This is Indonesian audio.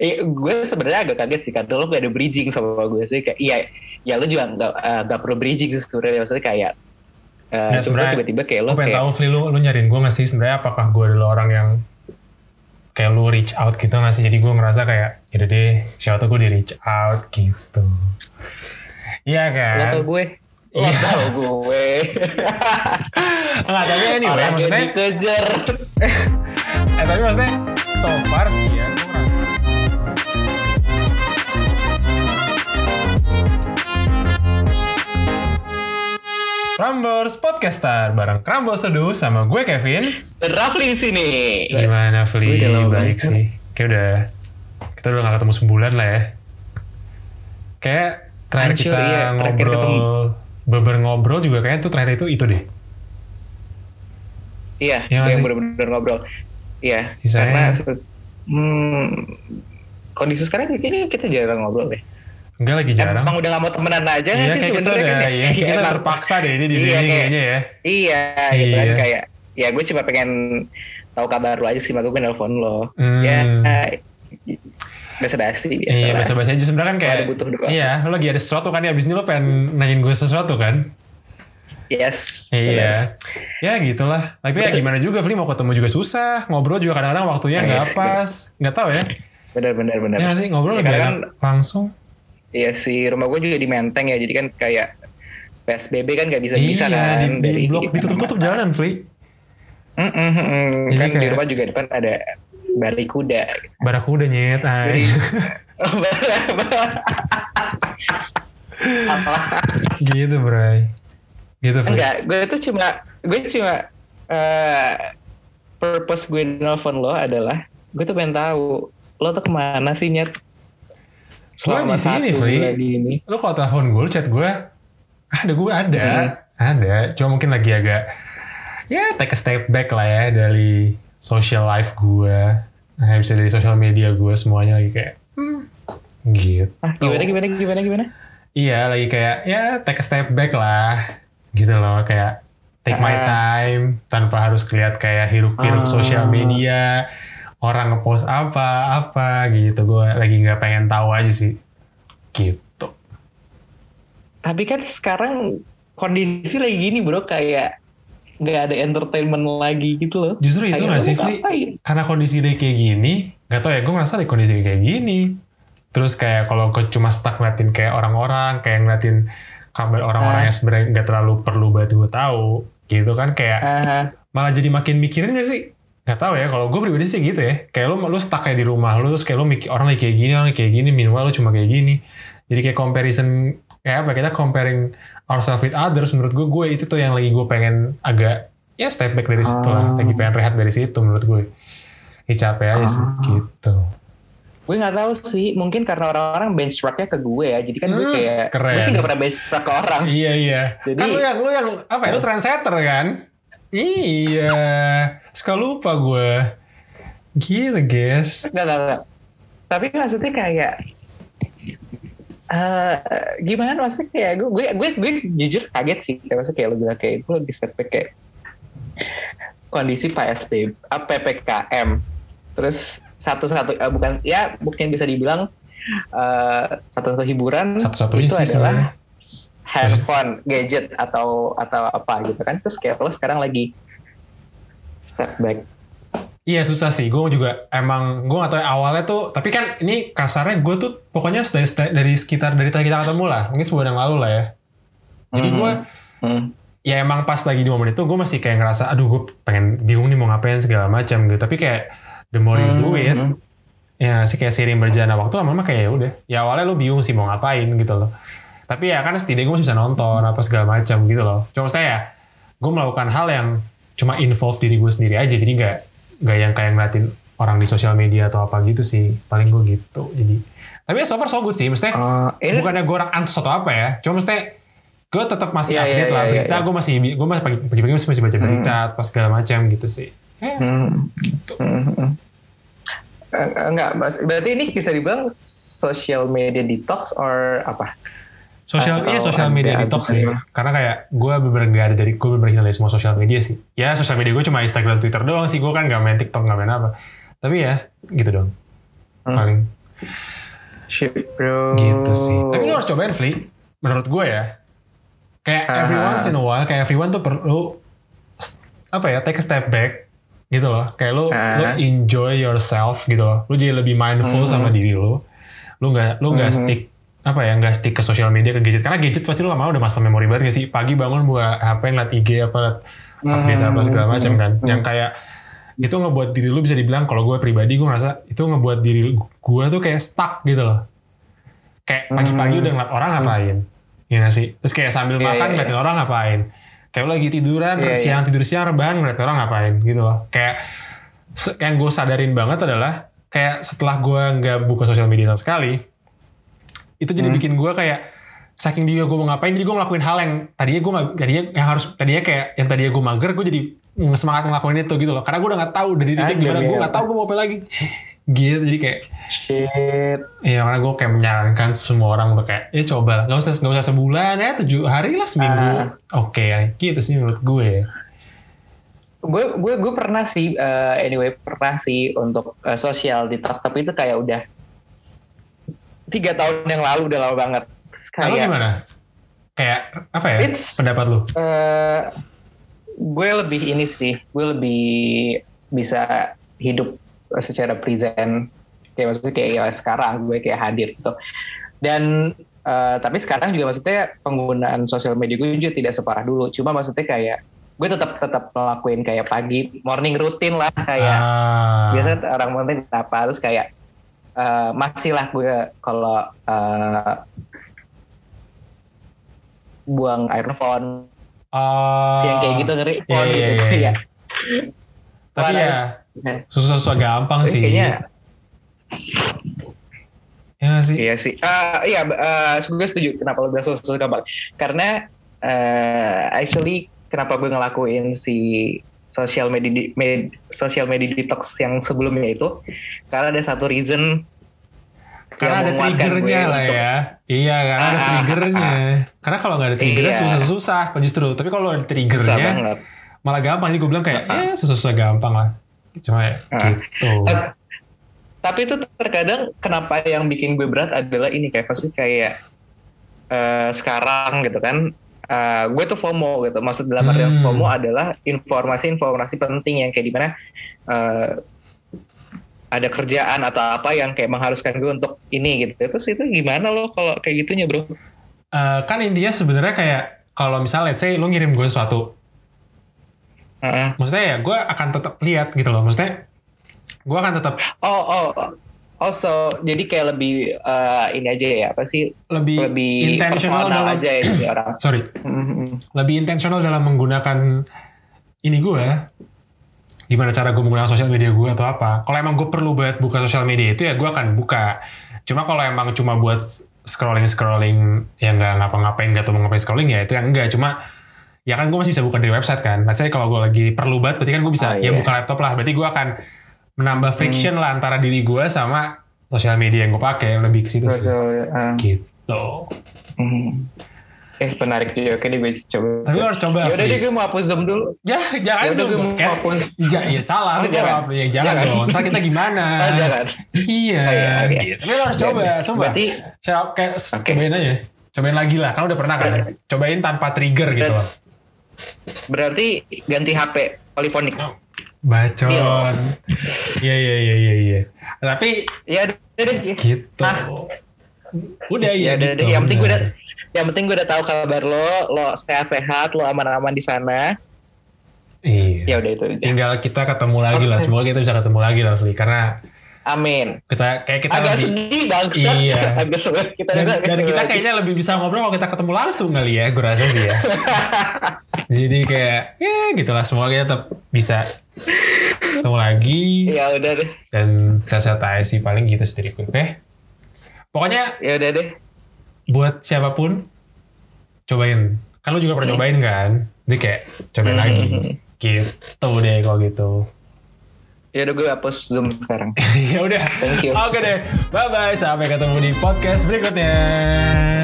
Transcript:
Gue sebenarnya agak kaget sih karena lo gak ada bridging sama gue sih. Kayak iya lo juga nggak perlu bridging sebenarnya. Maksudnya kayak tiba-tiba kayak lo gue pengen kayak tahu Fli, lu nyariin gue nggak sih sebenarnya, apakah gue adalah orang yang kayak lu reach out gitu nggak sih? Jadi gue ngerasa kayak yaudah deh, siapa tau gue di reach out gitu. Iya kan? lo tau gue. Lo tau gue. Enggak, tapi anyway Orang maksudnya yang dikejar. tapi maksudnya so far sih ya gue ngerasa Prambors Podcaster bareng Prambors Seduh sama gue Kevin Dan Rafli di sini. Gimana Fli? Baik sih. Kayak kita udah gak ketemu sebulan lah ya. Kayak terakhir kita ngobrol juga kayaknya tuh terakhir itu deh. Iya, ya, yang bener-bener ngobrol. Iya, sisanya, karena kondisi sekarang kayaknya kita jarang ngobrol deh. Enggak, lagi jarang. Emang udah gak mau temenan aja kan iya, sih kayak sebenarnya kan. Iya, kita terpaksa deh ini di sini kayaknya ya. Iya, gitu kan kayak ya gue cuma pengen tahu kabar lu aja sih, makanya gue nelfon lo. Ya, basa-basi biasa. Iya, basa-basi aja sebenarnya kan kayak. Iya, lo lagi ada sesuatu kan ya, abis ini lo pengen nanyain gue sesuatu kan? Yes. Iya. Ya gitulah. Tapi ya gimana juga, Fli mau ketemu juga susah, ngobrol juga kadang-kadang waktunya nggak pas, nggak tahu ya. Benar. Ya sih, ngobrol lebih enak langsung. Iya sih, rumah gue juga di Menteng ya, jadi kan kayak PSBB kan nggak bisa-bisa kan. Iya, di blok ditutup-tutup jalanan, Fli. Kan di rumah juga depan ada Barakuda. Barakuda nyet, gitu, Bray. Gitu, Fli. Enggak, gue cuma purpose gue nelfon lo adalah gue tuh pengen tahu lo tuh kemana sih, Nyet? Gue di sini, Fli. Lo kalau telepon gue, chat gue, ada. Cuma mungkin lagi agak take a step back lah ya dari social life gue. Nah, bisa dari social media gue semuanya lagi kayak gitu. Gimana? Iya, lagi kayak take a step back lah. Gitu loh, kayak take my time tanpa harus kelihatan kayak hiruk-pikuk sosial media, orang ngepost apa gitu. Gue lagi nggak pengen tahu aja sih gitu. Tapi kan sekarang kondisi lagi gini bro, kayak nggak ada entertainment lagi gitu loh. Justru itu nggak sih, Fli? Karena kondisi dia kayak gini, nggak tau ya, gue ngerasa di kondisi kayak gini. Terus kayak kalau gue cuma stuck ngeliatin kayak orang-orang, kayak ngeliatin kabar orang-orang yang sebenarnya nggak terlalu perlu buat gue tahu gitu kan, kayak malah jadi makin mikirin nggak sih? Nggak tahu ya, kalau gue pribadi sih gitu ya, kayak lu stuck kayak di rumah lu, terus kayak lu mikir orang lagi kayak gini, minimal lu cuma kayak gini, jadi kayak comparison, kayak apa, kita comparing ourselves with others. Menurut gue itu tuh yang lagi gue pengen agak step back dari situ lah, lagi pengen rehat dari situ menurut gue. Capek aja sih gitu. Gue nggak tahu sih, mungkin karena orang-orang benchmarknya ke gue ya, jadi kan gue kayak keren. Gue sih nggak pernah benchmark ke orang. Iya. Jadi, kan lu yang apa ya, lu trendsetter kan? Iya, suka lupa gue. Gitu guys. Nggak. Tapi maksudnya kayak gimana, maksudnya kayak gue jujur kaget sih, maksudnya kayak lu bilang kayak gue lagi step back kayak kondisi PSBB, PPKM, terus bukan bisa dibilang satu-satu hiburan satu-satunya itu sih adalah handphone, gadget atau apa gitu kan. Terus kayak lo sekarang lagi step back. Iya, susah sih. Gue juga emang gue gak tahu awalnya tuh, tapi kan ini kasarnya gue tuh pokoknya dari tadi kita ketemu lah, mungkin sebulan yang lalu lah ya. Jadi gue ya emang pas lagi di momen itu gue masih kayak ngerasa aduh gue pengen bingung nih mau ngapain segala macam gitu. Tapi kayak the more you do it, ya sih kayak seiring berjalannya waktu lama-lama kayak ya udah. Ya awalnya lu bingung sih mau ngapain gitu loh. Tapi ya kan setidaknya gue masih bisa nonton apa segala macam gitu loh. Cuma maksudnya ya, gue melakukan hal yang cuma involve diri gue sendiri aja. Jadi nggak yang kayak ngeliatin orang di sosial media atau apa gitu sih. Paling gue gitu. Jadi, tapi ya so far so good sih. Maksudnya bukannya gue orang antus atau apa ya. Cuma maksudnya gue tetap masih update lah berita. Gue masih pagi-pagi masih baca berita atau segala macam gitu sih. Gitu. Enggak, berarti ini bisa dibilang social media detox or apa? Social media detox sih. Karena kayak gue bener-bener dari semua social media sih. Ya social media gue cuma Instagram, Twitter doang sih. Gue kan gak main TikTok, gak main apa. Tapi ya gitu dong. Paling. Shit, bro. Gitu sih. Tapi lu harus cobain, Fli. Menurut gue ya. Kayak every once in a while, kayak everyone tuh perlu take a step back gitu loh. Kayak lu enjoy yourself gitu loh. Lu jadi lebih mindful sama diri lu. Lu nggak stick ke sosial media, ke gadget. Karena gadget pasti lu lama udah muscle memory banget gak sih? Pagi bangun buka HP, ngeliat IG liat update apa segala macam kan. Yang kayak itu ngebuat diri lu bisa dibilang, kalau gue pribadi gue ngerasa itu ngebuat diri gue tuh kayak stuck gitu loh. Kayak pagi-pagi udah ngeliat orang ngapain. Ya gak sih? Terus kayak sambil makan ngeliatin orang ngapain. Kayak lu lagi tiduran, tidur siang rebahan ngeliatin orang ngapain gitu loh. Kayak yang gue sadarin banget adalah kayak setelah gue gak buka sosial media sama sekali, itu jadi bikin gue kayak saking dia gue mau ngapain, jadi gue ngelakuin hal yang tadinya gue mager, gue jadi semangat ngelakuin itu gitu loh. Karena gue udah nggak tahu dari titik dimana gue nggak tahu gue mau apa lagi gitu. Jadi kayak shit ya, karena gue kayak menyarankan semua orang untuk kayak coba lah, nggak usah sebulan ya, 7 hari lah, seminggu oke, gitu sih menurut gue. Gue pernah sih pernah sih untuk social detox, tapi itu kayak udah 3 tahun yang lalu, udah lama banget. Lalu gimana? Kayak apa ya pendapat lu? Gue lebih bisa hidup secara present, kayak maksudnya kayak sekarang gue kayak hadir gitu. Dan tapi sekarang juga maksudnya penggunaan sosial media gue juga tidak separah dulu. Cuma maksudnya kayak gue tetap ngelakuin kayak pagi morning routine lah, kayak biasanya orang morning apa, terus kayak masih lah gue kalau buang air phone, yang kayak gitu ngeri phone gitu ya. Tapi susah-susah gampang sih. Kayaknya. Ya sih. Iya sih. Gue setuju. Kenapa lo bilang susah gampang? Karena actually kenapa gue ngelakuin si social media detox yang sebelumnya itu, karena ada satu reason. Karena ada triggernya lah ya. Iya, karena ada triggernya. Karena kalau nggak ada triggernya susah justru. Tapi kalau ada triggernya malah gampang. Jadi gue bilang kayak susah gampang lah. Cuma gitu. Tapi itu terkadang kenapa yang bikin gue berat adalah ini, kayak pasti kayak sekarang gitu kan. Gue tuh FOMO gitu. Maksud dalam artian FOMO adalah informasi penting yang kayak dimana ada kerjaan atau apa yang kayak mengharuskan gue untuk ini gitu. Terus itu gimana lo kalau kayak gitunya, bro? Kan intinya sebenarnya kayak kalau misalnya let's say lo ngirim gue sesuatu, maksudnya ya gue akan tetap lihat gitu loh. Maksudnya gue akan tetap jadi kayak lebih ini aja ya, apa sih, lebih intentional dalam aja ya jadi orang. Lebih intentional dalam menggunakan ini gue, gimana cara gue menggunakan sosial media gue atau apa. Kalau emang gue perlu banget buka sosial media itu ya gue akan buka. Cuma kalau emang cuma buat scrolling yang nggak ngapa-ngapain, nggak tahu mau ngapain scrolling, ya itu yang enggak. Cuma ya kan gue masih bisa buka dari website kan. Maksudnya kalau gue lagi perlu banget, berarti kan gue bisa buka laptop lah. Berarti gue akan menambah friction lah antara diri gue sama sosial media yang gue pakai. Lebih ke situ sih. Gitu. Menarik juga. Oke, gue coba. Tapi lo harus coba. Yaudah deh, gue mau hapus Zoom dulu. Ya, jangan Zoom. Ya salah. Jangan dong. Ntar kita gimana? Jangan. Iya. Gitu. Tapi lo harus coba. Sumpah. Cobain aja. Cobain lagi lah. Kan udah pernah kan. Cobain tanpa trigger gitu loh. Berarti ganti HP Polyphonic. Bacot. Iya. Tapi. Ya udah. Gitu. Udah ya gitu. Yang penting gue udah tahu kabar lo sehat-sehat, lo aman-aman di sana. Iya. Ya udah itu. Tinggal kita ketemu lagi lah. Semoga kita bisa ketemu lagi lah, Fli. Karena amin. Kita agak sedih banget. Iya. Dan kita kayaknya lebih bisa ngobrol kalau kita ketemu langsung kali ya. Gue rasa sih ya. Jadi kayak gitulah. Semoga kita tetap bisa ketemu lagi. Ya udah deh. Dan sehat-sehat aja sih, paling gitu sendiri gue. Pokoknya. Ya udah deh. Buat siapapun, cobain. Kan lu juga pernah cobain kan? Jadi kayak cobain lagi. Gitu deh kalau gitu. Ya udah, gue hapus Zoom sekarang. Ya udah. Thank you. Oke deh. Bye bye. Sampai ketemu di podcast berikutnya.